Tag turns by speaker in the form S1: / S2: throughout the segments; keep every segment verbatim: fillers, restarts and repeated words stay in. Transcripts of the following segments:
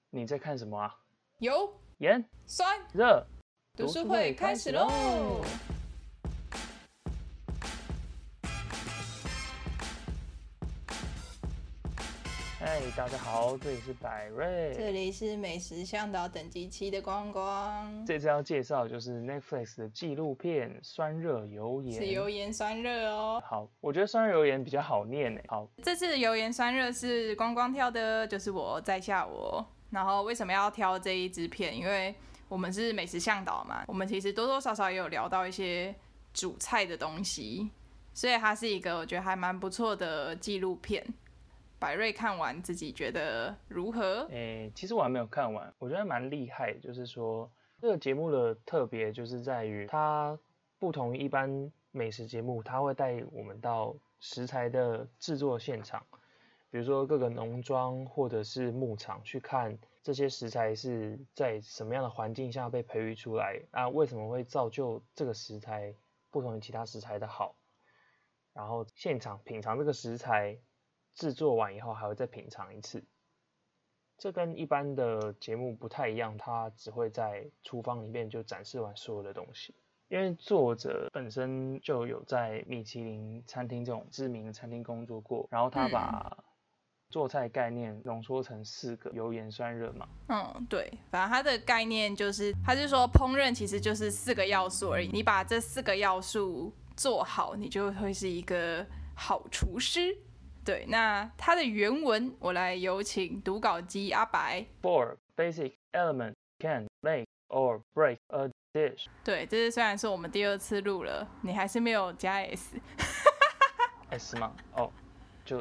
S1: 你在看什么啊？
S2: 油、
S1: 盐、
S2: 酸、
S1: 热，
S2: 读书会开始喽！
S1: 嗨，大家好，这里是百瑞，
S2: 这里是美食向导等级七的光光。
S1: 这次要介绍就是 Netflix 的纪录片《酸热油盐》，
S2: 是油盐酸热哦。
S1: 好，我觉得酸热油盐比较好念诶。好，
S2: 这次的油盐酸热是光光挑的，就是我在下我。然后为什么要挑这一支片？因为我们是美食向导嘛，我们其实多多少少也有聊到一些煮菜的东西，所以它是一个我觉得还蛮不错的纪录片。百瑞看完自己觉得如何？
S1: 诶，其实我还没有看完，我觉得蛮厉害的，就是说这个节目的特别就是在于它不同于一般美食节目，它会带我们到食材的制作现场，比如说各个农庄或者是牧场去看这些食材是在什么样的环境下被培育出来，啊，为什么会造就这个食材不同于其他食材的好，然后现场品尝这个食材。制作完以后还会再品尝一次，这跟一般的节目不太一样，它只会在厨房里面就展示完所有的东西。因为作者本身就有在米其林餐厅这种知名餐厅工作过，然后他把做菜概念浓缩成四个油盐酸热嘛。
S2: 嗯，对，反正它的概念就是，他是说烹饪其实就是四个要素而已，你把这四个要素做好，你就会是一个好厨师。对，那它的原文我来有请读稿机阿白。
S1: Four basic elements can make or break a dish。
S2: 对，这是虽然是我们第二次录了，你还是没有加 s。
S1: s 吗？哦，就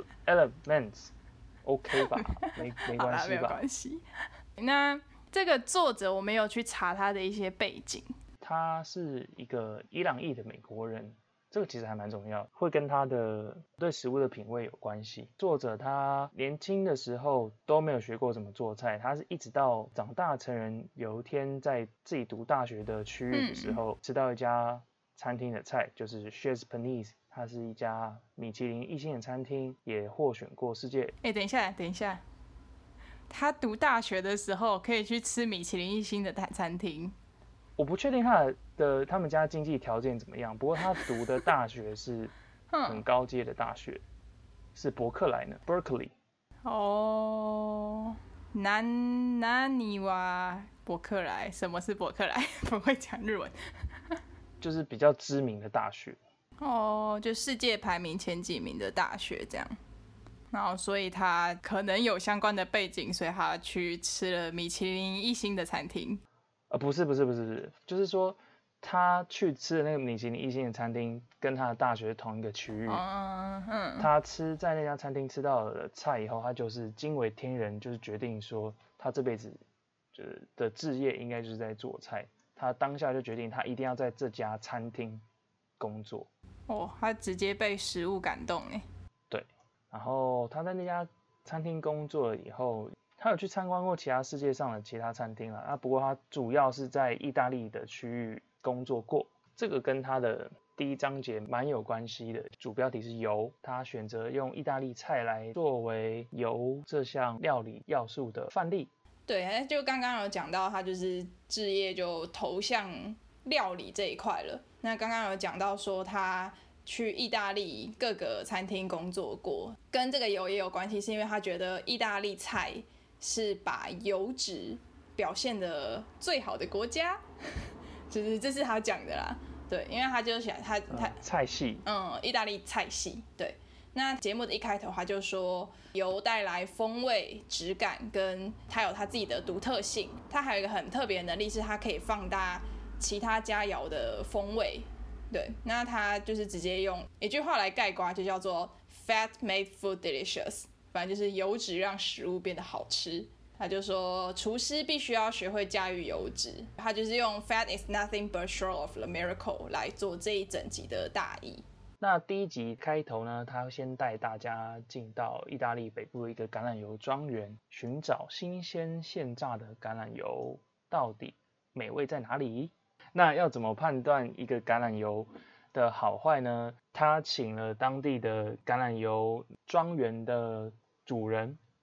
S1: elements。OK 吧，没没关系吧？
S2: 没有关系。那这个作者我没有去查他的一些背景，
S1: 他是一个伊朗裔的美国人，这个其实还蛮重要，会跟他的对食物的品味有关系。作者他年轻的时候都没有学过怎么做菜，他是一直到长大成人，有一天在自己读大学的区域的时候，嗯、吃到一家餐厅的菜，就是 Chez Panisse。它是一家米其林一星的餐厅，也获选过世界。
S2: 哎，等一下，等一下，他读大学的时候可以去吃米其林一星的餐厅。
S1: 我不确定他的的他们家经济条件怎么样，不过他读的大学是很高阶的大学，是伯克莱呢 ，Berkeley。
S2: 哦，南南尼瓦伯克莱，什么是伯克莱？不会讲日文。
S1: 就是比较知名的大学。
S2: 哦，就世界排名前几名的大学这样，然后所以他可能有相关的背景，所以他去吃了米其林一星的餐厅。
S1: 呃，不是不是不是不是，就是说他去吃的那个米其林一星的餐厅，跟他的大学同一个区域。嗯嗯。他吃在那家餐厅吃到的菜以后，他就是惊为天人，就是决定说他这辈子就是的志业应该就是在做菜。他当下就决定，他一定要在这家餐厅工作。
S2: 哦，他直接被食物感动哎。
S1: 对，然后他在那家餐厅工作了以后，他有去参观过其他世界上的其他餐厅啦。啊，不过他主要是在意大利的区域工作过。这个跟他的第一章节蛮有关系的，主标题是油，他选择用意大利菜来作为油这项料理要素的范例。
S2: 对，就刚刚有讲到，他就是志业就投向料理这一块了。那刚刚有讲到说他去意大利各个餐厅工作过，跟这个油也有关系，是因为他觉得意大利菜是把油脂表现得最好的国家，就是这是他讲的啦。对，因为他就想他他、
S1: 嗯、菜系，
S2: 嗯，意大利菜系，对。那节目的一开头，他就说油带来风味、质感，跟它有它自己的独特性。它还有一个很特别的能力，是它可以放大其他佳肴的风味。对，那它就是直接用一句话来概括，就叫做 "Fat made food delicious"， 反正就是油脂让食物变得好吃。他就说，厨师必须要学会驾驭油脂。他就是用 "Fat is nothing but short of the miracle" 来做这一整集的大意。
S1: 那第一集开头呢，他先带大家进到意大利北部的一个橄榄油庄园，寻找新鲜现榨的橄榄油到底美味在哪里？那要怎么判断一个橄榄油的好坏呢？他请了当地的橄榄油庄园的主人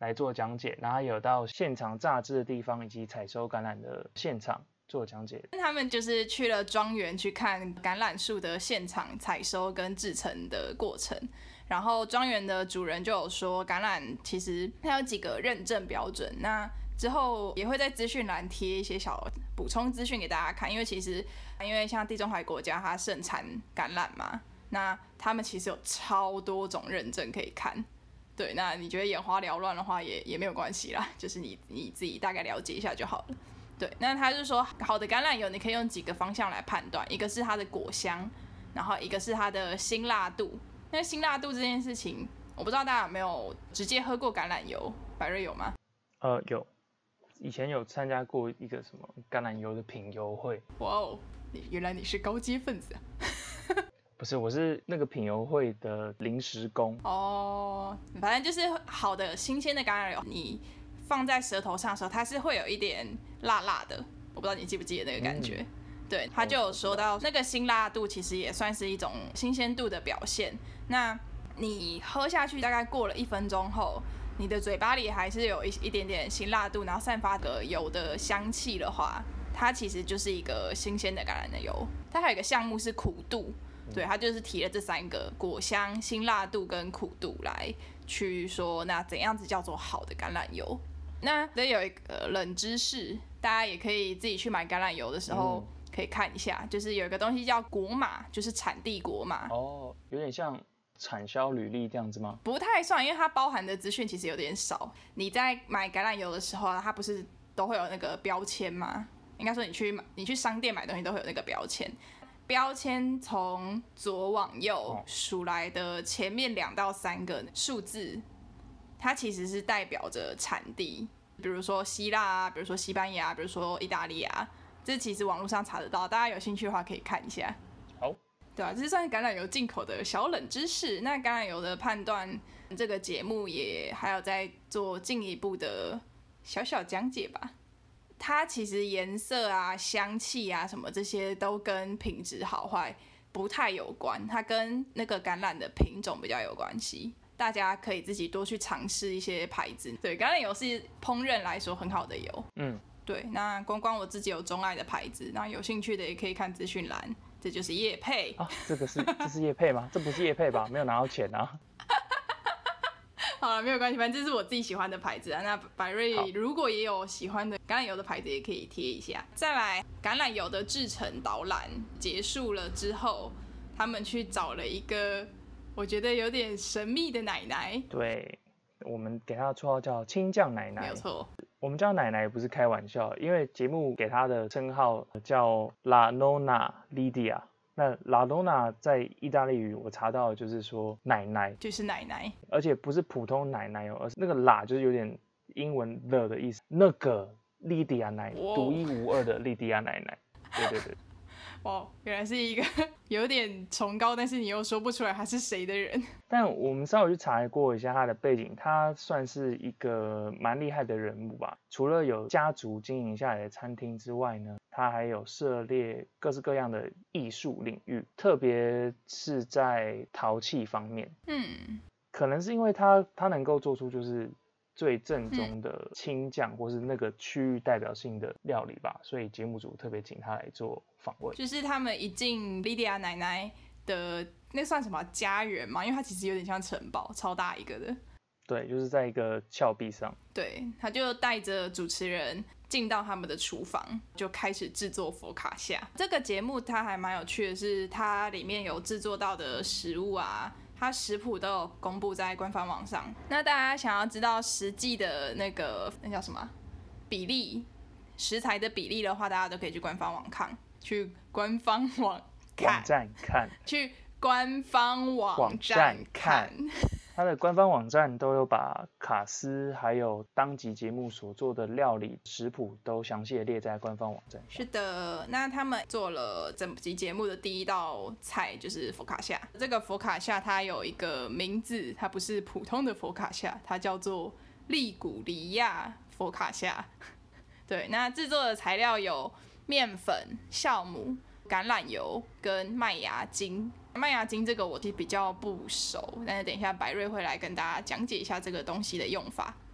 S1: 来做讲解，然后也有到现场榨汁的地方以及采收橄榄的现场做讲解。
S2: 他们就是去了庄园去看橄榄树的现场采收跟制成的过程。然后庄园的主人就有说，橄榄其实它有几个认证标准，那之后也会在资讯栏贴一些小补充资讯给大家看，因为其实因为像地中海国家它盛产橄榄嘛，那他们其实有超多种认证可以看。对，那你觉得眼花缭乱的话也也没有关系啦，就是你你自己大概了解一下就好了。对，那他就说好的橄榄油你可以用几个方向来判断，一个是它的果香，然后一个是它的辛辣度。那辛辣度这件事情，我不知道大家有没有直接喝过橄榄油？百瑞有吗？
S1: 呃，有，以前有参加过一个什么橄榄油的品油会。
S2: 哇哦，原来你是高阶分子啊！
S1: 不是，我是那个品油会的临时工。
S2: 哦，反正就是好的新鲜的橄榄油，你放在舌头上的时候，它是会有一点辣辣的。我不知道你记不记得那个感觉。嗯，对，他就有说到那个辛辣度其实也算是一种新鲜度的表现。那你喝下去大概过了一分钟后，你的嘴巴里还是有一一点点辛辣度，然后散发个油的香气的话，它其实就是一个新鲜的橄榄的油。它还有一个项目是苦度，对，它就是提了这三个果香、辛辣度跟苦度来去说，那怎样子叫做好的橄榄油？那这有一个冷知识，大家也可以自己去买橄榄油的时候。嗯，可以看一下，就是有一个东西叫果码，就是产地果码。
S1: 哦，有点像产销履历这样子吗？
S2: 不太算，因为它包含的资讯其实有点少。你在买橄榄油的时候啊，它不是都会有那个标签吗？应该说你去你去商店买东西都会有那个标签。标签从左往右数来的前面两到三个数字，它其实是代表着产地，比如说希腊啊，比如说西班牙，比如说意大利啊。这其实网络上查得到，大家有兴趣的话可以看一下。
S1: 好，
S2: 对啊，这是算是橄榄油进口的小冷知识。那橄榄油的判断，这个节目也还有在做进一步的小小讲解吧。它其实颜色啊、香气啊什么这些都跟品质好坏不太有关，它跟那个橄榄的品种比较有关系。大家可以自己多去尝试一些牌子。对，橄榄油是烹饪来说很好的油。嗯。对，那光光我自己有钟爱的牌子，那有兴趣的也可以看资讯栏，这就是业配
S1: 啊，这个是这是业配吗？这不是业配吧？没有拿到钱啊。
S2: 好了，没有关系，反正这是我自己喜欢的牌子啊。那百瑞如果也有喜欢的橄榄油的牌子，也可以贴一下。再来，橄榄油的制成导览结束了之后，他们去找了一个我觉得有点神秘的奶奶。
S1: 对，我们给她的绰号叫青酱奶奶。
S2: 没有错。
S1: 我们叫奶奶也不是开玩笑，因为节目给她的称号叫 La Nonna Lidia。那 La Nonna 在意大利语我查到就是说奶奶，
S2: 就是奶奶，
S1: 而且不是普通奶奶哦，而是那个 La 就是有点英文 the 的意思，那个 Lidia 奶奶，独一无二的莉迪亚奶奶。对对对。
S2: 哇，原来是一个有点崇高，但是你又说不出来他是谁的人。
S1: 但我们稍微去查过一下他的背景，他算是一个蛮厉害的人物吧。除了有家族经营下来的餐厅之外呢，他还有涉猎各式各样的艺术领域，特别是在陶器方面。嗯，可能是因为他他能够做出就是最正宗的青酱，或是那个区域代表性的料理吧，所以节目组特别请他来做访问。
S2: 就是他们一进莉迪亚奶奶的那算什么家园嘛？因为它其实有点像城堡，超大一个的。
S1: 对，就是在一个峭壁上。
S2: 对，他就带着主持人进到他们的厨房，就开始制作佛卡夏。这个节目它还蛮有趣的是，它里面有制作到的食物啊。它食谱都有公布在官方网上，那大家想要知道实际的那个那叫什么比例，食材的比例的话，大家都可以去官方网看，去官方网看，
S1: 网站看，
S2: 去官方网站看。
S1: 它的官方网站都有把卡斯还有当集节目所做的料理食谱都详细的列在官方网站上。
S2: 是的，那他们做了整集节目的第一道菜就是佛卡夏。这个佛卡夏它有一个名字，它不是普通的佛卡夏，它叫做利古里亚佛卡夏。对，那制作的材料有面粉、酵母、橄榄油跟麦芽精。麦芽精这个我其实比较不熟，但是等一下白瑞会来跟大家讲解一下这个东西的用法。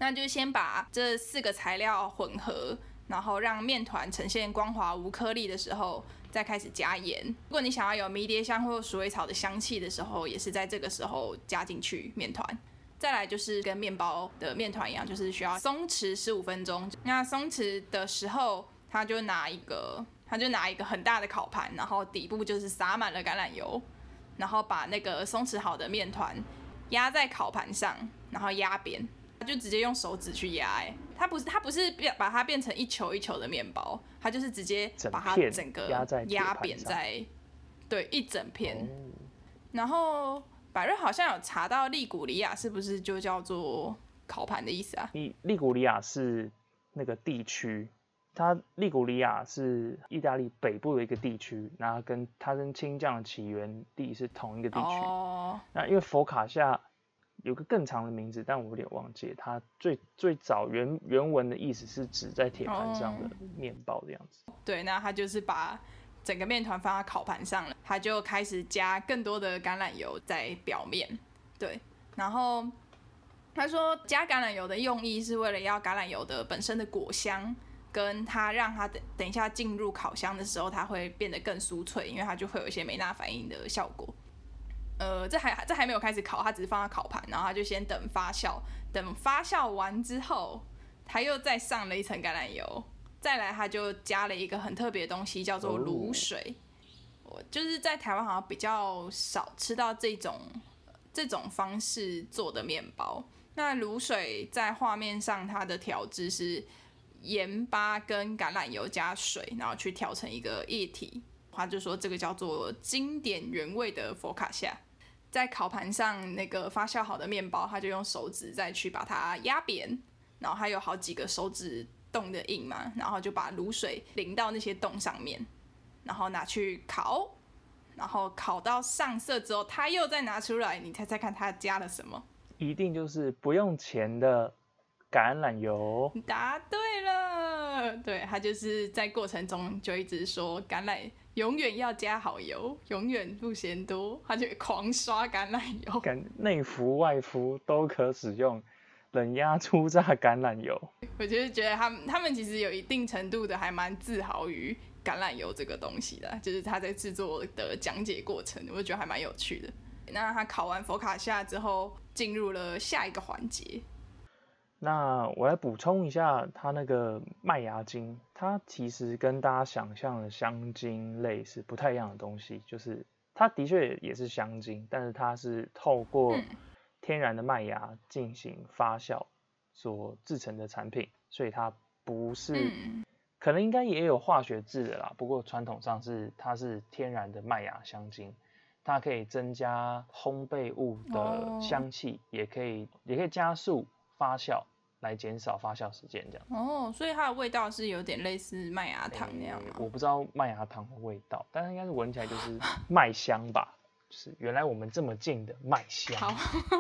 S2: 那就先把这四个材料混合，然后让面团呈现光滑无颗粒的时候，再开始加盐。如果你想要有迷迭香或鼠尾草的香气的时候，也是在这个时候加进去面团。再来就是跟面包的面团一样，就是需要松弛十五分钟。那松弛的时候，他就拿一个，他就拿一个很大的烤盘，然后底部就是撒满了橄榄油，然后把那个松弛好的面团压在烤盘上，然后压扁。他就直接用手指去压，哎，他不是他不是把它变成一球一球的面包，他就是直接把它整个压扁在，对，一整片。哦、然后百瑞好像有查到利古里亚是不是就叫做烤盘的意思啊？
S1: 利利古里亚是那个地区，它利古里亚是意大利北部的一个地区，然后跟它跟青酱的起源地是同一个地区。哦、那因为佛卡夏有个更长的名字，但我有点忘记了。它最最早原原文的意思是指在铁盘上的面包的样子。
S2: Oh. 对，那他就是把整个面团放在烤盘上了，他就开始加更多的橄榄油在表面。对，然后他说加橄榄油的用意是为了要橄榄油的本身的果香，跟它让它等等一下进入烤箱的时候，它会变得更酥脆，因为它就会有一些梅纳反应的效果。呃，这还这还没有开始烤，它只是放在烤盘，然后它就先等发酵，等发酵完之后，它又再上了一层橄榄油，再来它就加了一个很特别的东西，叫做卤水。我、oh. 就是在台湾好像比较少吃到这种这种方式做的面包。那卤水在画面上它的调制是盐巴跟橄榄油加水，然后去调成一个液体。他就说这个叫做经典原味的佛卡夏。在烤盘上那个发酵好的面包，他就用手指再去把它压扁，然后还有好几个手指洞的印嘛，然后就把卤水淋到那些洞上面，然后拿去烤，然后烤到上色之后，他又再拿出来，你猜猜看他加了什么？
S1: 一定就是不用钱的橄榄油。
S2: 答对了，对，他就是在过程中就一直说橄榄永远要加好油，永远不嫌多，他就狂刷橄榄油，
S1: 内服外服都可使用，冷压初榨橄榄油。
S2: 我就是觉得他们他们其实有一定程度的还蛮自豪于橄榄油这个东西的，就是他在制作的讲解过程，我觉得还蛮有趣的。那他烤完佛卡夏之后，进入了下一个环节。
S1: 那我来补充一下，它那个麦芽精，它其实跟大家想象的香精类是不太一样的东西，就是它的确也是香精，但是它是透过天然的麦芽进行发酵所制成的产品，所以它不是，嗯、可能应该也有化学制的啦，不过传统上是它是天然的麦芽香精，它可以增加烘焙物的香气，哦、也可以也可以加速发酵。来减少发酵时间，这样
S2: 哦，所以它的味道是有点类似麦芽糖那样吗？
S1: 我不知道麦芽糖的味道，但是应该是闻起来就是麦香吧，就是原来我们这么近的麦香。
S2: 好，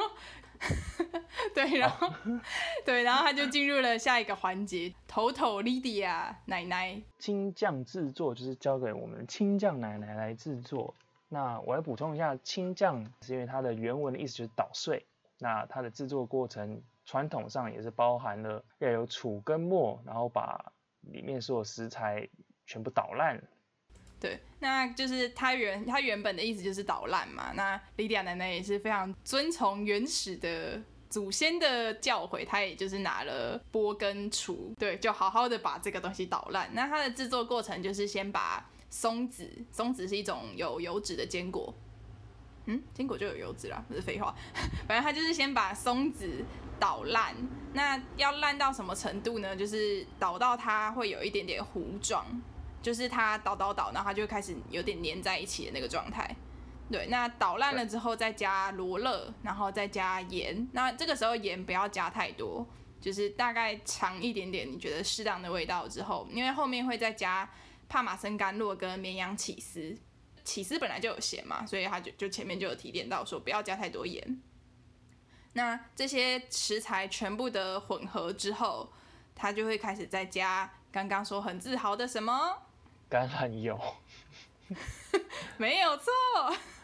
S2: 对，然后对，然后他就进入了下一个环节，头头 Lydia 奶奶
S1: 青酱制作，就是交给我们青酱奶奶来制作。那我来补充一下，青酱是因为它的原文的意思就是捣碎，那它的制作过程。传统上也是包含了要有杵跟磨，然后把里面所有食材全部捣烂。
S2: 对，那就是它原它原本的意思就是捣烂嘛。那莉迪亚奶奶也是非常遵从原始的祖先的教诲，她也就是拿了钵跟杵，对，就好好的把这个东西捣烂。那它的制作过程就是先把松子，松子是一种有油脂的坚果。嗯，坚果就有油脂啦，不是废话。反正他就是先把松子捣烂，那要烂到什么程度呢？就是捣到它会有一点点糊状，就是它捣捣捣，然后它就开始有点粘在一起的那个状态。对，那捣烂了之后再加罗勒，然后再加盐。那这个时候盐不要加太多，就是大概尝一点点你觉得适当的味道之后，因为后面会再加帕玛森干酪跟绵羊起司。起司本来就有咸嘛，所以他就就前面就有提点到说不要加太多盐。那这些食材全部的混合之后，他就会开始再加刚刚说很自豪的什么
S1: 橄榄油。
S2: 没有错，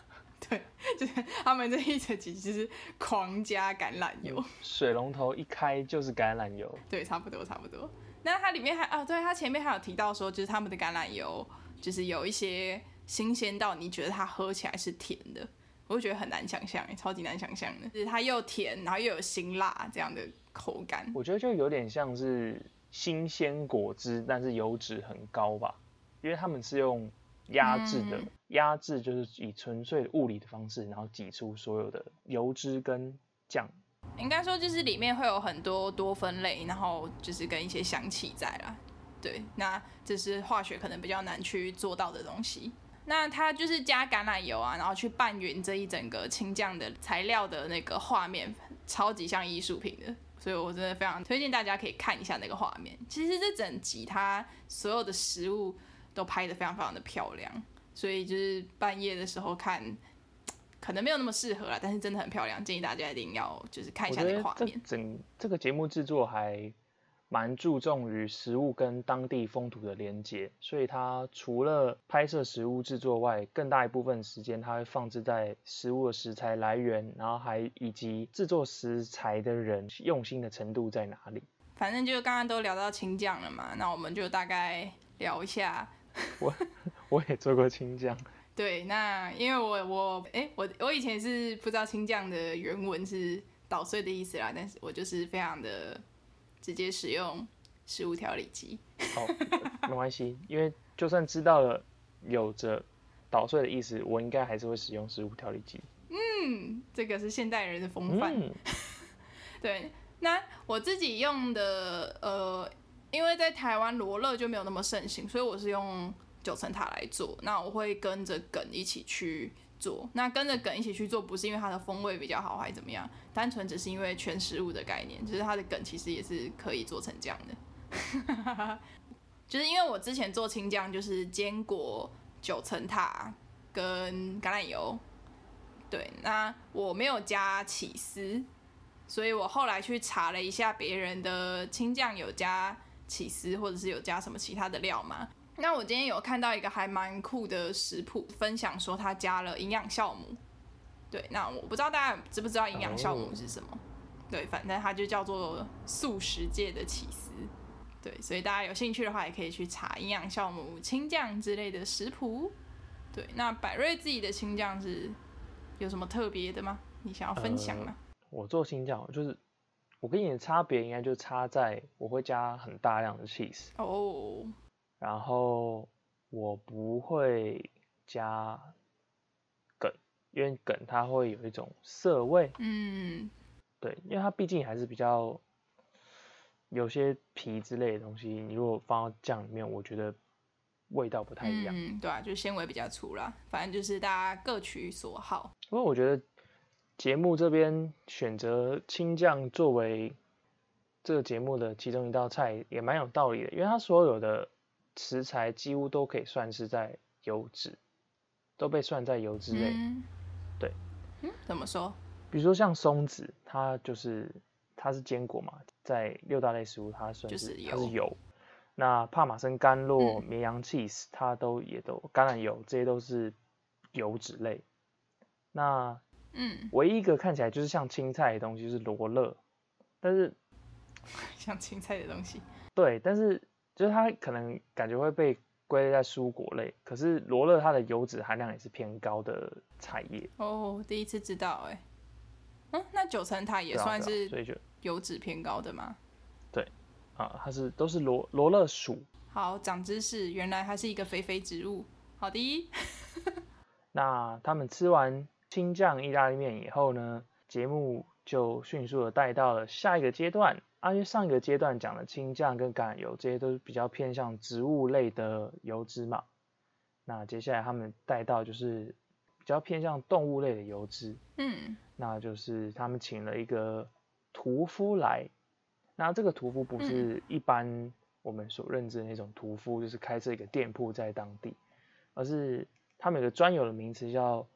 S2: 对，就是他们这一整集就是狂加橄榄油，
S1: 水龙头一开就是橄榄油。
S2: 对，差不多差不多。那它里面还啊，对，它前面还有提到说，就是他们的橄榄油就是有一些新鲜到你觉得它喝起来是甜的，我就觉得很难想象，超级难想象的，就是它又甜，然后又有辛辣这样的口感。
S1: 我觉得就有点像是新鲜果汁，但是油脂很高吧，因为他们是用压制的，
S2: 嗯、
S1: 压制就是以纯粹的物理的方式，然后挤出所有的油脂跟酱。
S2: 应该说就是里面会有很多多酚类，然后就是跟一些香气在啦。对，那这是化学可能比较难去做到的东西。那它就是加橄榄油啊，然后去拌匀这一整个青酱的材料的那个画面，超级像艺术品的，所以我真的非常推荐大家可以看一下那个画面。其实这整集它所有的食物都拍得非常非常的漂亮，所以就是半夜的时候看。可能没有那么适合啦，但是真的很漂亮，建议大家一定要就是看一下那个画面。
S1: 我觉得这整这个节目制作还蛮注重于食物跟当地风土的连结，所以它除了拍摄食物制作外，更大一部分时间它会放置在食物的食材来源，然后还以及制作食材的人用心的程度在哪里。
S2: 反正就刚刚都聊到青酱了嘛，那我们就大概聊一下。
S1: 我我也做过青酱。
S2: 对，那因为我我哎、欸、我我以前是不知道青酱的原文是捣碎的意思啦，但是我就是非常的直接使用食物调理机。
S1: 哦，没关系，因为就算知道了有着捣碎的意思，我应该还是会使用食物调理机。
S2: 嗯，这个是现代人的风范。
S1: 嗯、
S2: 对，那我自己用的呃，因为在台湾罗勒就没有那么盛行，所以我是用九层塔来做，那我会跟着梗一起去做。那跟着梗一起去做，不是因为它的风味比较好还是怎么样，单纯只是因为全食物的概念，就是它的梗其实也是可以做成这样的。就是因为我之前做青酱，就是坚果、九层塔跟橄榄油，对，那我没有加起司，所以我后来去查了一下别人的青酱有加起司，或者是有加什么其他的料吗？那我今天有看到一个还蛮酷的食谱，分享说他加了营养酵母。对，那我不知道大家知不知道营养酵母是什么？ Oh. 对，反正它就叫做素食界的起司。对，所以大家有兴趣的话，也可以去查营养酵母、青酱之类的食谱。对，那百瑞自己的青酱是有什么特别的吗？你想要分享吗？
S1: 呃、我做青酱就是。我跟你的差别应该就差在我会加很大量的 cheese
S2: 哦。Oh.
S1: 然后我不会加梗，因为梗它会有一种涩味。
S2: 嗯，
S1: 对，因为它毕竟还是比较有些皮之类的东西，你如果放到酱里面，我觉得味道不太一样。
S2: 嗯，对啊，就是纤维比较粗啦，反正就是大家各取所好。
S1: 因为我觉得节目这边选择青酱作为这个节目的其中一道菜也蛮有道理的，因为它所有的食材几乎都可以算是在油脂，都被算在油脂类。
S2: 嗯、
S1: 对。
S2: 嗯，怎么说？
S1: 比如说像松子，它就是它是坚果嘛，在六大类食物它算是、就是、它是油。那帕玛森干酪、绵羊 cheese 它都也都橄榄油，这些都是油脂类。那
S2: 嗯，
S1: 唯一一个看起来就是像青菜的东西就是罗勒，但是
S2: 像青菜的东西。对，
S1: 但是就是它可能感觉会被归类在蔬果类，可是罗勒它的油脂含量也是偏高的菜叶。
S2: 哦，第一次知道哎。嗯，那九层塔也算是油脂偏高的吗？
S1: 对，啊，它是都是罗罗勒属。
S2: 好，长知识，原来它是一个肥肥植物。好的。
S1: 那他们吃完青酱意大利面以后呢，节目就迅速的带到了下一个阶段。啊，因为上一个阶段讲的青酱跟橄榄油这些都是比较偏向植物类的油脂嘛，那接下来他们带到就是比较偏向动物类的油脂。
S2: 嗯，
S1: 那就是他们请了一个屠夫来，那这个屠夫不是一般我们所认知的那种屠夫，就是开设一个店铺在当地，而是他们有个专有的名词叫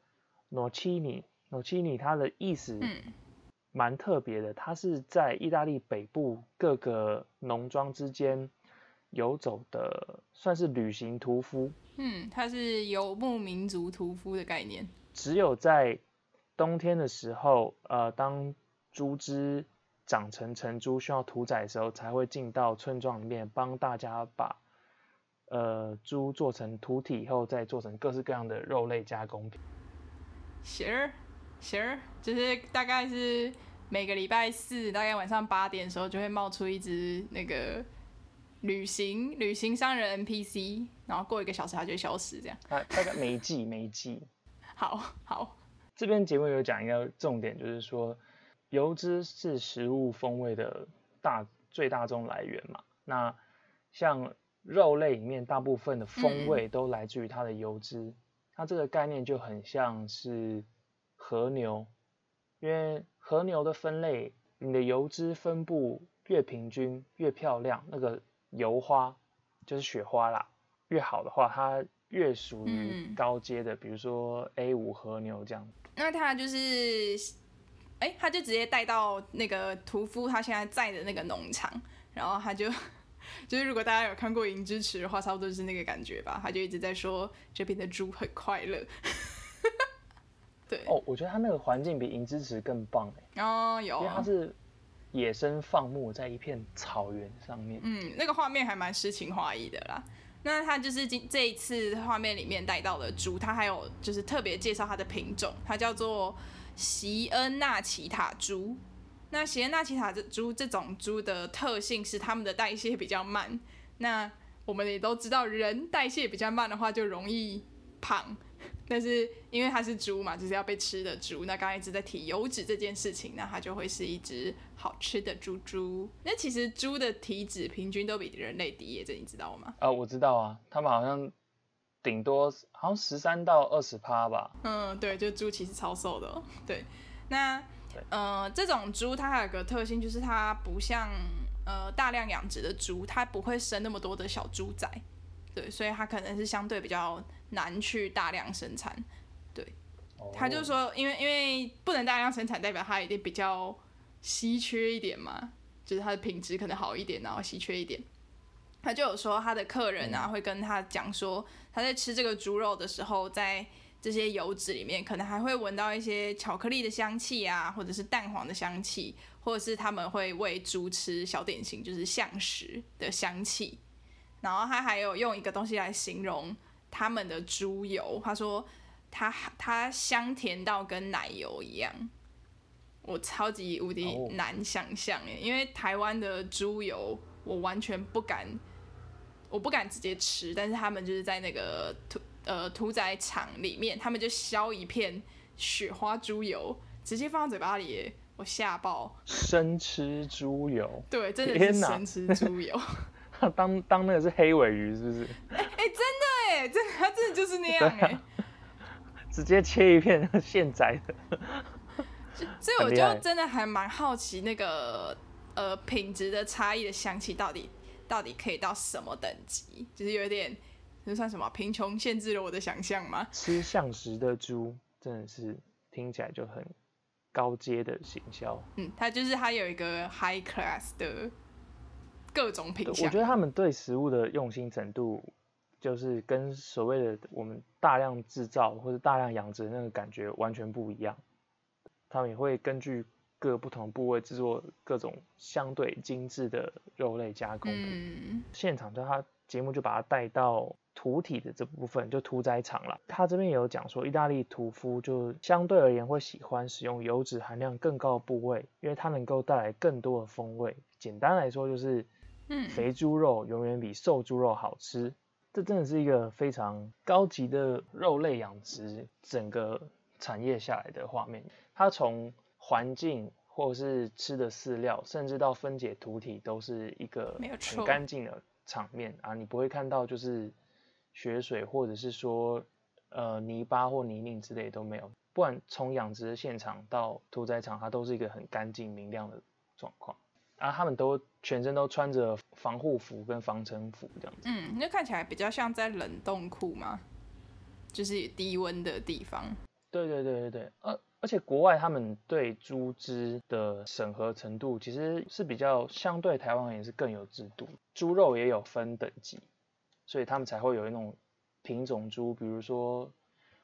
S1: nocini。nocini 它的意思蛮特别的，它是在意大利北部各个农庄之间游走的，算是旅行屠夫。
S2: 嗯，它是游牧民族屠夫的概念。
S1: 只有在冬天的时候，呃，当猪只长成成猪需要屠宰的时候，才会进到村庄里面帮大家把呃猪做成屠体以后，再做成各式各样的肉类加工品。
S2: Sure, sure， 就是大概是每个礼拜四大概晚上八点的时候，就会冒出一只那个旅行旅行商人 N P C， 然后过一个小时它就会消失，这样。
S1: 大大概每一季每一季。
S2: 好好。
S1: 这边节目有讲一个重点，就是说油脂是食物风味的大最大宗来源嘛。那像肉类里面大部分的风味都来自于它的油脂。嗯它这个概念就很像是和牛，因为和牛的分类，你的油脂分布越平均越漂亮，那个油花就是雪花啦，越好的话，它越属于高阶的，嗯、比如说 A 五 和牛这样。
S2: 那它就是，哎、欸，他就直接带到那个屠夫他现在在的那个农场，然后他就。就是如果大家有看过《银之匙》的话，差不多就是那个感觉吧。他就一直在说这边的猪很快乐。对
S1: 哦，我觉得他那个环境比《银之匙》更棒哎。
S2: 哦，有、啊，
S1: 因为它是野生放牧在一片草原上面。
S2: 嗯，那个画面还蛮诗情画意的啦。那他就是这一次画面里面带到的猪，他还有就是特别介绍它的品种，它叫做席恩纳奇塔猪。那席恩纳奇塔猪这种猪的特性是它们的代谢比较慢。那我们也都知道，人代谢比较慢的话就容易胖。但是因为它是猪嘛，就是要被吃的猪。那刚才一直在提油脂这件事情，那它就会是一只好吃的猪猪。那其实猪的体脂平均都比人类低耶，这你知道吗？
S1: 啊、呃，我知道啊，他们好像顶多好像十三到二十趴吧。
S2: 嗯，对，就猪其实超瘦的、哦。对，那呃，这种猪它还有个特性，就是它不像呃大量养殖的猪，它不会生那么多的小猪仔。对，所以它可能是相对比较难去大量生产。对，他就说，因为因为不能大量生产，代表它一定比较稀缺一点嘛，就是它的品质可能好一点，然后稀缺一点。他就有说，他的客人啊、嗯、会跟他讲说，他在吃这个猪肉的时候，在这些油脂里面，可能还会闻到一些巧克力的香气啊，或者是蛋黄的香气，或者是他们会喂猪吃小点心，就是橡实的香气。然后他还有用一个东西来形容他们的猪油，他说它它香甜到跟奶油一样，我超级无敌难想象耶，因为台湾的猪油我完全不敢，我不敢直接吃，但是他们就是在那个屠呃屠宰场里面，他们就削一片雪花猪油，直接放到嘴巴里耶，我吓爆。
S1: 生吃猪油？
S2: 对，真的是生吃猪油。
S1: 当当那个是黑尾鱼是不是？
S2: 哎、欸欸，真的哎，真的，它真的就是那样哎、啊，
S1: 直接切一片现宰的。
S2: 所以我就真的还蛮好奇那个呃品质的差异的香气到底到底可以到什么等级？就是有点这算什么贫穷限制了我的想象吗？
S1: 吃橡实的猪真的是听起来就很高阶的行销。
S2: 嗯，它就是它有一个 high class 的。各种品项，
S1: 我觉得他们对食物的用心程度，就是跟所谓的我们大量制造或者大量养殖的那个感觉完全不一样。他们也会根据各不同部位制作各种相对精致的肉类加工品。嗯、现场就他节目就把它带到屠体的这部分，就屠宰场了。他这边也有讲说，意大利屠夫就相对而言会喜欢使用油脂含量更高的部位，因为它能够带来更多的风味。简单来说就是。肥猪肉永远比瘦猪肉好吃，这真的是一个非常高级的肉类养殖整个产业下来的画面。它从环境或是吃的饲料，甚至到分解屠体，都是一个很干净的场面啊！你不会看到就是血水或者是说呃泥巴或泥泞之类都没有。不管从养殖的现场到屠宰场，它都是一个很干净明亮的状况。啊，他们都全身都穿着防护服跟防尘服这样子。
S2: 嗯，那看起来比较像在冷冻库吗？就是低温的地方。
S1: 对对对对对，而而且国外他们对猪只的审核程度其实是比较相对台湾也是更有制度，猪肉也有分等级，所以他们才会有那种品种猪，比如说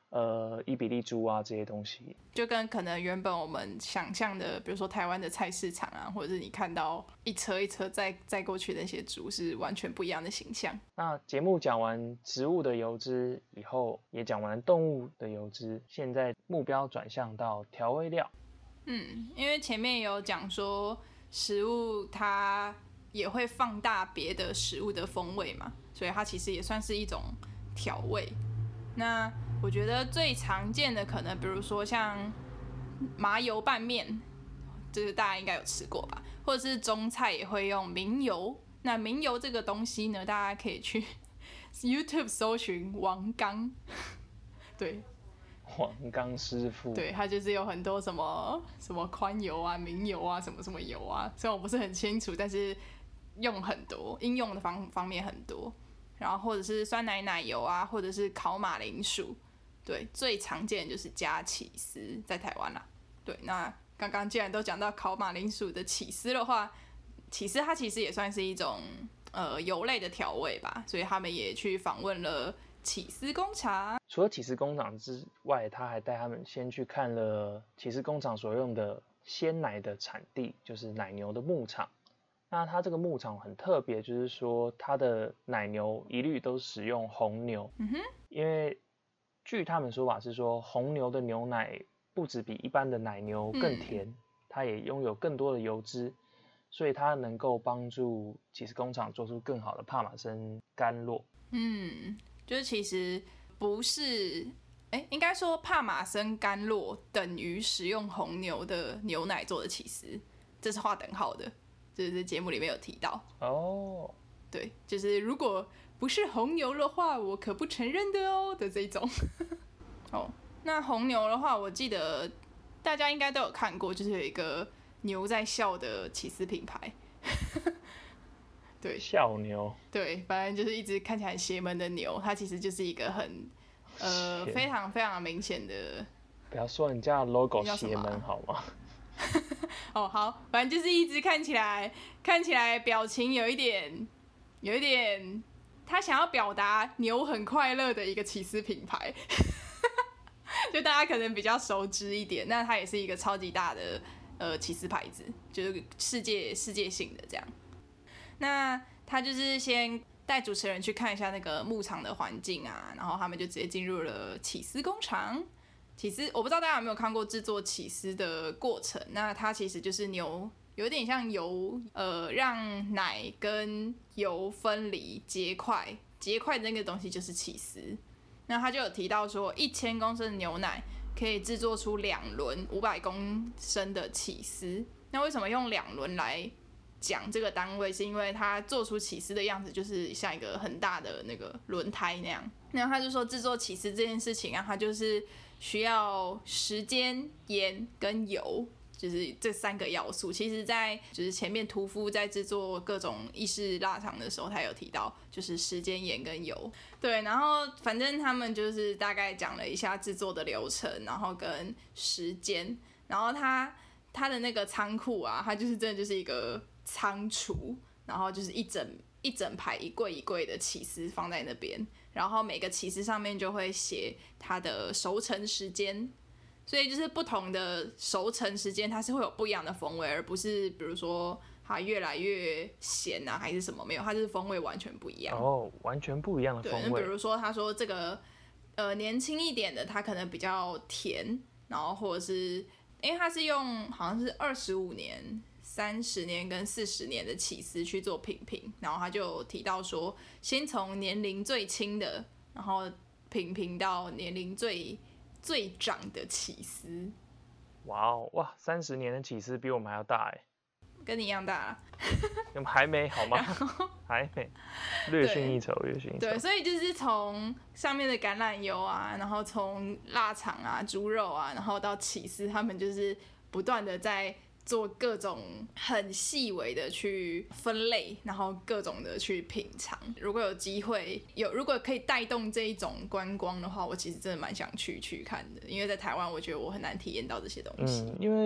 S1: 呃伊比利猪啊这些东西，
S2: 就跟可能原本我们想象的，比如说台湾的菜市场啊，或者是你看到一车一车载载过去的那些猪，是完全不一样的形象。
S1: 那节目讲完植物的油脂以后，也讲完动物的油脂，现在目标转向到调味料。
S2: 嗯，因为前面有讲说食物它也会放大别的食物的风味嘛，所以它其实也算是一种调味。那我觉得最常见的可能，比如说像麻油拌面，这个大家应该有吃过吧，或者是中菜也会用明油。那明油这个东西呢，大家可以去 YouTube 搜寻王刚，对。
S1: 王刚师傅，
S2: 对，它就是有很多什么什么宽油啊、明油啊、什么什么油啊，虽然我不是很清楚，但是用很多，应用的方方面很多。然后或者是酸奶奶油啊，或者是烤马铃薯，对，最常见的就是加起司，在台湾啦。对，那刚刚既然都讲到烤马铃薯的起司的话，起司它其实也算是一种呃油类的调味吧，所以他们也去访问了起司工厂。
S1: 除了起司工厂之外，他还带他们先去看了起司工厂所用的鲜奶的产地，就是奶牛的牧场。那它这个牧场很特别，就是说它的奶牛一律都使用红牛，
S2: 嗯哼，
S1: 因为据他们说法是说，红牛的牛奶不只比一般的奶牛更甜，嗯、它也拥有更多的油脂，所以它能够帮助起司工厂做出更好的帕玛森干酪。
S2: 嗯，就是其实不是，哎，应该说帕玛森干酪等于使用红牛的牛奶做的起司，这是划等号的。就是节目里面有提到
S1: 哦， oh.
S2: 对，就是如果不是红牛的话，我可不承认的哦的这种。哦，那红牛的话，我记得大家应该都有看过，就是有一个牛在笑的起司品牌。对，
S1: 笑牛。
S2: 对，反正就是一直看起来很邪门的牛，它其实就是一个很呃非常非常明显的。
S1: 不要说人家的 logo 邪门好吗？
S2: 哦，好，反正就是一直看起来看起来表情有一点有一点他想要表达牛很快乐的一个起司品牌。就大家可能比较熟知一点，那它也是一个超级大的呃起司牌子，就是世界世界性的这样。那他就是先带主持人去看一下那个牧场的环境啊，然后他们就直接进入了起司工厂。起司我不知道大家有没有看过制作起司的过程，那它其实就是牛有点像油，呃，让奶跟油分离结块，结块的那个东西就是起司。那他就有提到说，一千公升的牛奶可以制作出两轮五百公升的起司。那为什么用两轮来讲这个单位？是因为它做出起司的样子就是像一个很大的那个轮胎那样。那他就说制作起司这件事情啊，它就是需要时间、盐跟油，就是这三个要素。其实在就是前面屠夫在制作各种意式腊肠的时候，他有提到就是时间、盐跟油。对，然后反正他们就是大概讲了一下制作的流程，然后跟时间。然后他他的那个仓库啊，它就是真的就是一个仓储，然后就是一整一整排一柜一柜的起司放在那边，然后每个起司上面就会写它的熟成时间，所以就是不同的熟成时间它是会有不一样的风味，而不是比如说它越来越咸啊还是什么，没有，它就是风味完全不一样。
S1: 哦，完全不一样的风味。
S2: 对，比如说他说这个呃年轻一点的它可能比较甜，然后或者是因为它是用好像是二十五年、三十年跟四十年的起司去做品评，然后他就有提到说，先从年龄最轻的，然后品评到年龄最最长的起司。
S1: 哇哦，哇，三十年的起司比我们还要大哎，
S2: 跟你一样大啦。
S1: 我们还没好吗？还没，略逊一筹，略逊一筹。
S2: 对，所以就是从上面的橄榄油啊，然后从腊肠啊、猪肉啊，然后到起司，他们就是不断的在做各种很细微的去分类，然后各种的去品尝。如果有机会，有如果可以带动这一种观光的话，我其实真的蛮想去去看的。因为在台湾，我觉得我很难体验到这些东西。
S1: 嗯，因为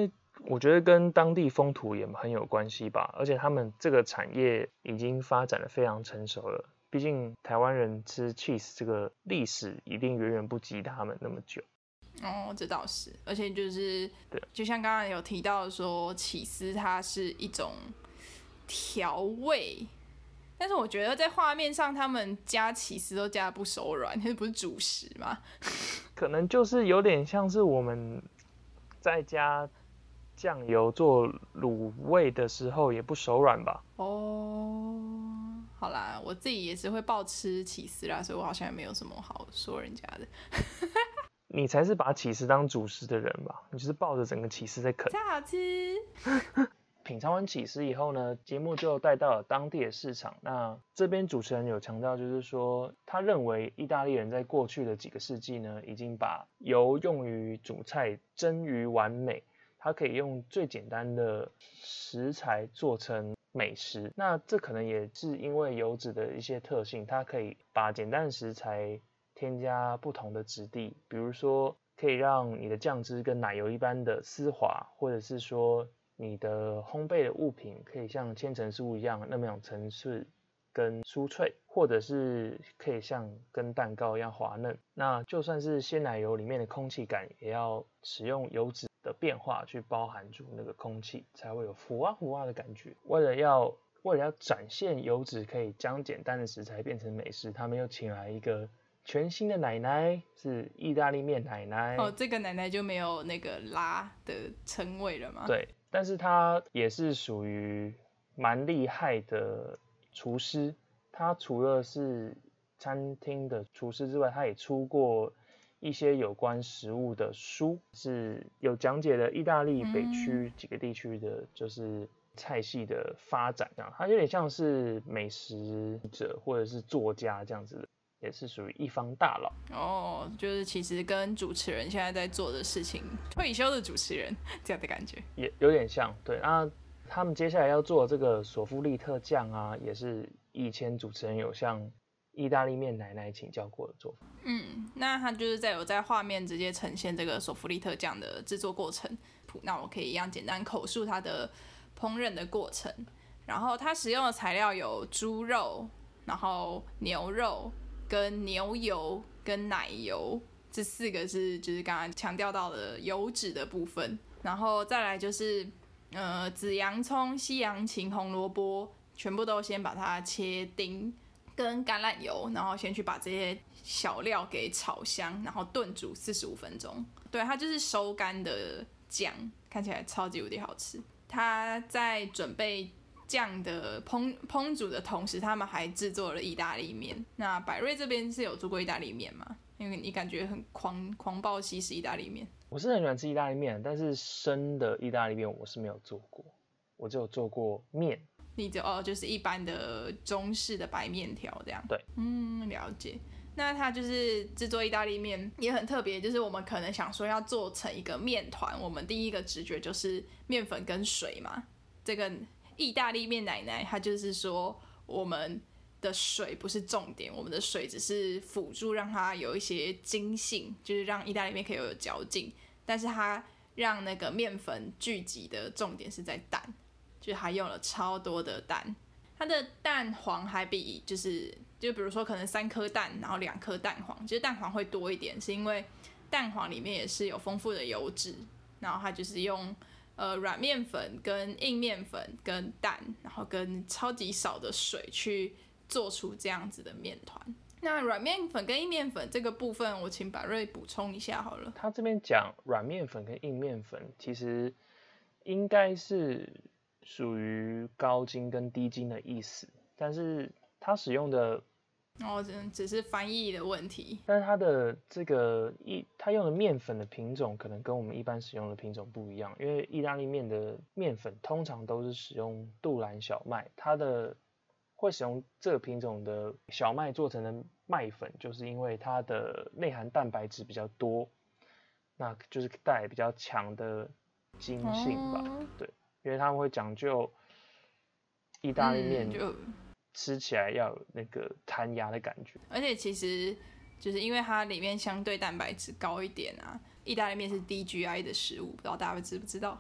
S1: 我觉得跟当地风土也很有关系吧，而且他们这个产业已经发展的非常成熟了。毕竟台湾人吃 cheese 这个历史一定远远不及他们那么久。
S2: 哦，这倒是，而且就是就像刚刚有提到说，起司它是一种调味，但是我觉得在画面上他们加起司都加的不手软，那不是主食吗？
S1: 可能就是有点像是我们在加酱油做卤味的时候也不手软吧。
S2: 哦，好啦，我自己也是会暴吃起司啦，所以我好像也没有什么好说人家的。
S1: 你才是把起司当主食的人吧？你就是抱着整个起司在啃。
S2: 太好吃！
S1: 品尝完起司以后呢，节目就带到了当地的市场。那这边主持人有强调，就是说他认为意大利人在过去的几个世纪呢，已经把油用于煮菜臻于完美。它可以用最简单的食材做成美食。那这可能也是因为油脂的一些特性，它可以把简单的食材添加不同的质地，比如说可以让你的酱汁跟奶油一般的丝滑，或者是说你的烘焙的物品可以像千层酥一样那么有层次跟酥脆，或者是可以像跟蛋糕一样滑嫩。那就算是鲜奶油里面的空气感，也要使用油脂的变化去包含住那个空气，才会有糊啊糊啊的感觉。为了要为了要展现油脂可以将简单的食材变成美食，他们又请来一个全新的奶奶，是意大利面奶奶。
S2: 哦，这个奶奶就没有那个拉的称谓了吗？
S1: 对，但是她也是属于蛮厉害的厨师。她除了是餐厅的厨师之外，她也出过一些有关食物的书，是有讲解了意大利北区几个地区的就是菜系的发展，这样。她有点像是美食者或者是作家这样子的，也是属于一方大佬。
S2: 哦，就是其实跟主持人现在在做的事情，退休的主持人这样的感觉，
S1: 也有点像。对，那他们接下来要做这个索夫利特酱啊，也是以前主持人有向意大利面奶奶请教过的做法。
S2: 嗯，那他就是在有在画面直接呈现这个索夫利特酱的制作过程。那我可以一样简单口述它的烹饪的过程。然后它使用的材料有猪肉，然后牛肉跟牛油跟奶油，这四个是就是刚刚强调到的油脂的部分。然后再来就是呃紫洋葱、西洋芹、红萝卜，全部都先把它切丁，跟橄榄油，然后先去把这些小料给炒香，然后炖煮四十五分钟。对，它就是收干的酱，看起来超级无敌好吃。它在准备酱的烹烹煮的同时，他们还制作了意大利面。那百瑞这边是有做过意大利面吗？因为你感觉很狂狂暴西式意大利面。
S1: 我是很喜欢吃意大利面，但是生的意大利面我是没有做过，我只有做过面。
S2: 你就哦，就是一般的中式的白面条这样。
S1: 对，
S2: 嗯，了解。那它就是制作意大利面也很特别，就是我们可能想说要做成一个面团，我们第一个直觉就是面粉跟水嘛。这个意大利面奶奶她就是说，我们的水不是重点，我们的水只是辅助让它有一些筋性，就是让意大利面可以有嚼劲。但是它让那个面粉聚集的重点是在蛋，就是它用了超多的蛋。它的蛋黄还比就是就比如说可能三颗蛋，然后两颗蛋黄，其实蛋黄会多一点，是因为蛋黄里面也是有丰富的油脂，然后它就是用呃软面粉跟硬面粉跟蛋，然后跟超级少的水去做出这样子的面团。那软面粉跟硬面粉这个部分，我请百瑞补充一下好了。
S1: 他这边讲软面粉跟硬面粉，其实应该是属于高筋跟低筋的意思，但是它使用的
S2: 哦，只是翻译的问题。
S1: 但是它的这个意，它用的面粉的品种可能跟我们一般使用的品种不一样，因为意大利面的面粉通常都是使用杜兰小麦，它的会使用这个品种的小麦做成的麦粉，就是因为它的内含蛋白质比较多，那就是带来比较强的筋性吧，哦、对，因为他们会讲究意大利面、嗯、就吃起来要有那个弹牙的感觉，
S2: 而且其实就是因为它里面相对蛋白质高一点啊，意大利面是低 G I 的食物，不知道大家知不知道？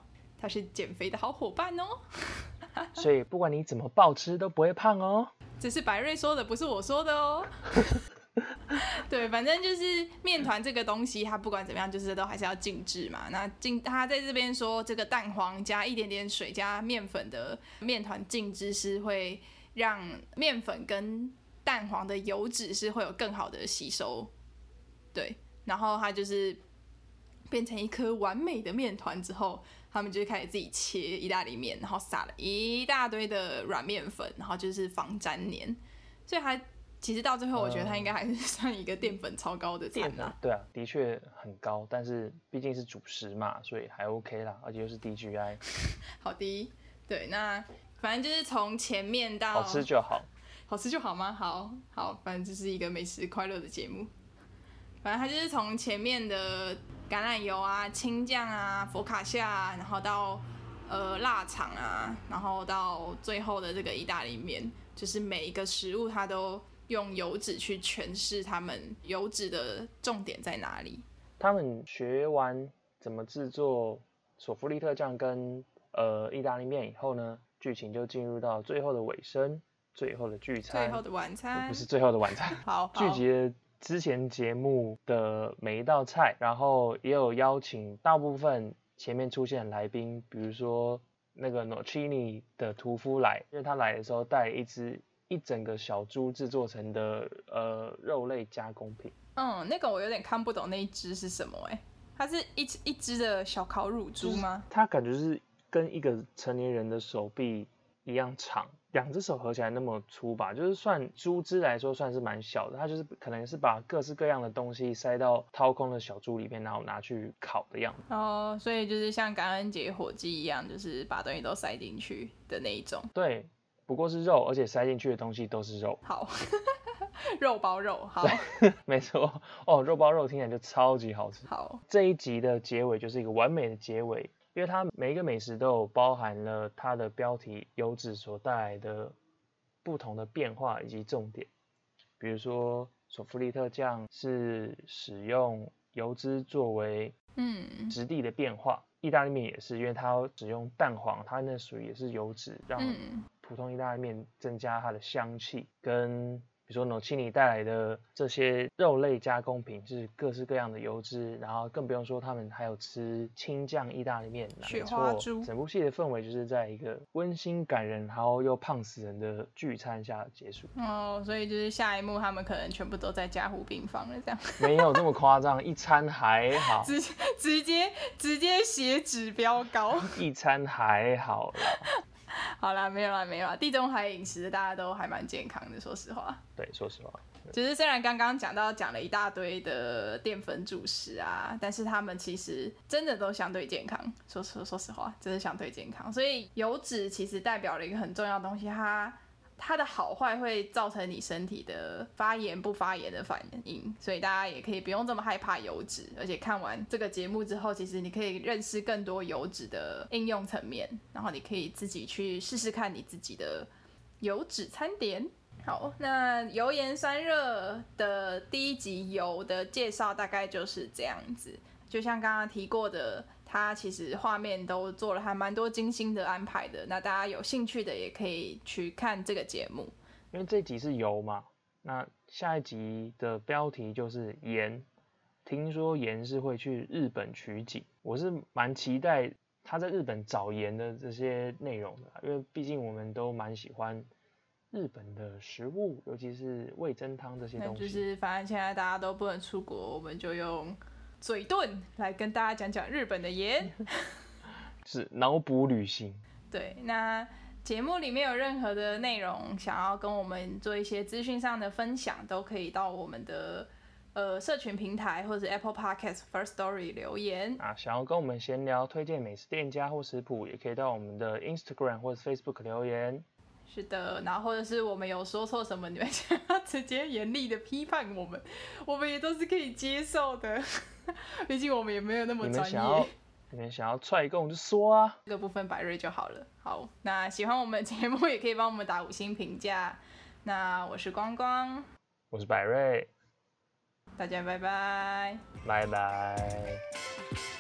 S2: 它是减肥的好伙伴哦。
S1: 所以不管你怎么暴吃都不会胖哦。
S2: 这是白瑞说的，不是我说的哦。对，反正就是面团这个东西，它不管怎么样，就是都还是要静置嘛。那静，他在这边说，这个蛋黄加一点点水加面粉的面团静置是会让面粉跟蛋黄的油脂是会有更好的吸收。对，然后它就是变成一颗完美的面团之后，他们就开始自己切意大利面，然后撒了一大堆的软面粉，然后就是防粘黏，所以它其实到最后，我觉得它应该还是算一个淀粉超高的餐啦。
S1: 对啊，的确很高，但是毕竟是主食嘛，所以还 OK 啦，而且又是低 G I。
S2: 好的，对，那反正就是从前面到
S1: 好吃就好，
S2: 好吃就好吗？好好，反正这是一个美食快乐的节目。反正它就是从前面的橄榄油啊、青酱啊、佛卡夏啊，然后到呃腊肠啊，然后到最后的这个意大利面，就是每一个食物它都用油脂去诠释他们油脂的重点在哪里。
S1: 他们学完怎么制作索夫利特酱跟呃意大利面以后呢，剧情就进入到最后的尾声，最后的聚餐，
S2: 最后的晚餐，
S1: 不是最后的晚餐。
S2: 好，
S1: 聚集了之前节目的每一道菜，然后也有邀请大部分前面出现的来宾，比如说那个 Nocini 的屠夫来，因为他来的时候带一只一整个小猪制作成的呃肉类加工品。
S2: 嗯，那个我有点看不懂那一只是什么哎、欸，它是一一只的小烤乳猪吗？
S1: 它感觉是跟一个成年人的手臂一样长，两只手合起来那么粗吧，就是算猪只来说算是蛮小的。它就是可能是把各式各样的东西塞到掏空的小猪里面，然后拿去烤的样子。
S2: 哦，所以就是像感恩节火鸡一样，就是把东西都塞进去的那一种。
S1: 对，不过是肉，而且塞进去的东西都是肉。
S2: 好，肉包肉，好，
S1: 没错哦，肉包肉听起来就超级好吃。
S2: 好，
S1: 这一集的结尾就是一个完美的结尾。因为它每一个美食都有包含了它的标题油脂所带来的不同的变化以及重点，比如说索夫利特酱是使用油脂作为
S2: 嗯
S1: 质地的变化，意大利面也是，因为它使用蛋黄，它那属于也是油脂，让普通意大利面增加它的香气，跟比如说 Nocini 带来的这些肉类加工品是各式各样的油脂，然后更不用说他们还有吃青酱意大利面，
S2: 雪花猪。
S1: 整部戏的氛围就是在一个温馨感人，然后又胖死人的聚餐下结束。
S2: 哦，所以就是下一幕他们可能全部都在加护病房了，这样。
S1: 没有这么夸张，一餐还好。
S2: 直直接直接血脂飙高。
S1: 一餐还好啦。
S2: 好啦，没有啦，没有啦。地中海饮食大家都还蛮健康的，说实话。
S1: 对，说实话。
S2: 就是虽然刚刚讲到讲了一大堆的淀粉主食啊，但是他们其实真的都相对健康。说说说实话，真的相对健康。所以油脂其实代表了一个很重要的东西，它它的好坏会造成你身体的发炎不发炎的反应，所以大家也可以不用这么害怕油脂。而且看完这个节目之后，其实你可以认识更多油脂的应用层面，然后你可以自己去试试看你自己的油脂餐点。好，那油盐酸热的第一集油的介绍大概就是这样子，就像刚刚提过的，它其实画面都做了还蛮多精心的安排的，那大家有兴趣的也可以去看这个节目。
S1: 因为这集是油嘛，那下一集的标题就是盐，听说盐是会去日本取景，我是蛮期待他在日本找盐的这些内容的，因为毕竟我们都蛮喜欢日本的食物，尤其是味噌汤这些东西。
S2: 那就是反正现在大家都不能出国，我们就用嘴遁来跟大家讲讲日本的盐。
S1: 是脑补旅行。
S2: 对，那节目里面有任何的内容想要跟我们做一些资讯上的分享，都可以到我们的呃社群平台或者 Apple Podcast First Story 留言
S1: 啊。想要跟我们闲聊、推荐美食店家或食谱，也可以到我们的 Instagram 或者 Facebook 留言。
S2: 是的，然后或者是我们有说错什么，你们想要直接严厉的批判我们，我们也都是可以接受的。毕竟我们也没有那么专业。
S1: 你们想要踹供就说啊，
S2: 这个部分百瑞就好了。好，那喜欢我们的节目也可以帮我们打五星评价。那我是光光，
S1: 我是百瑞，
S2: 大家拜拜，
S1: 拜拜。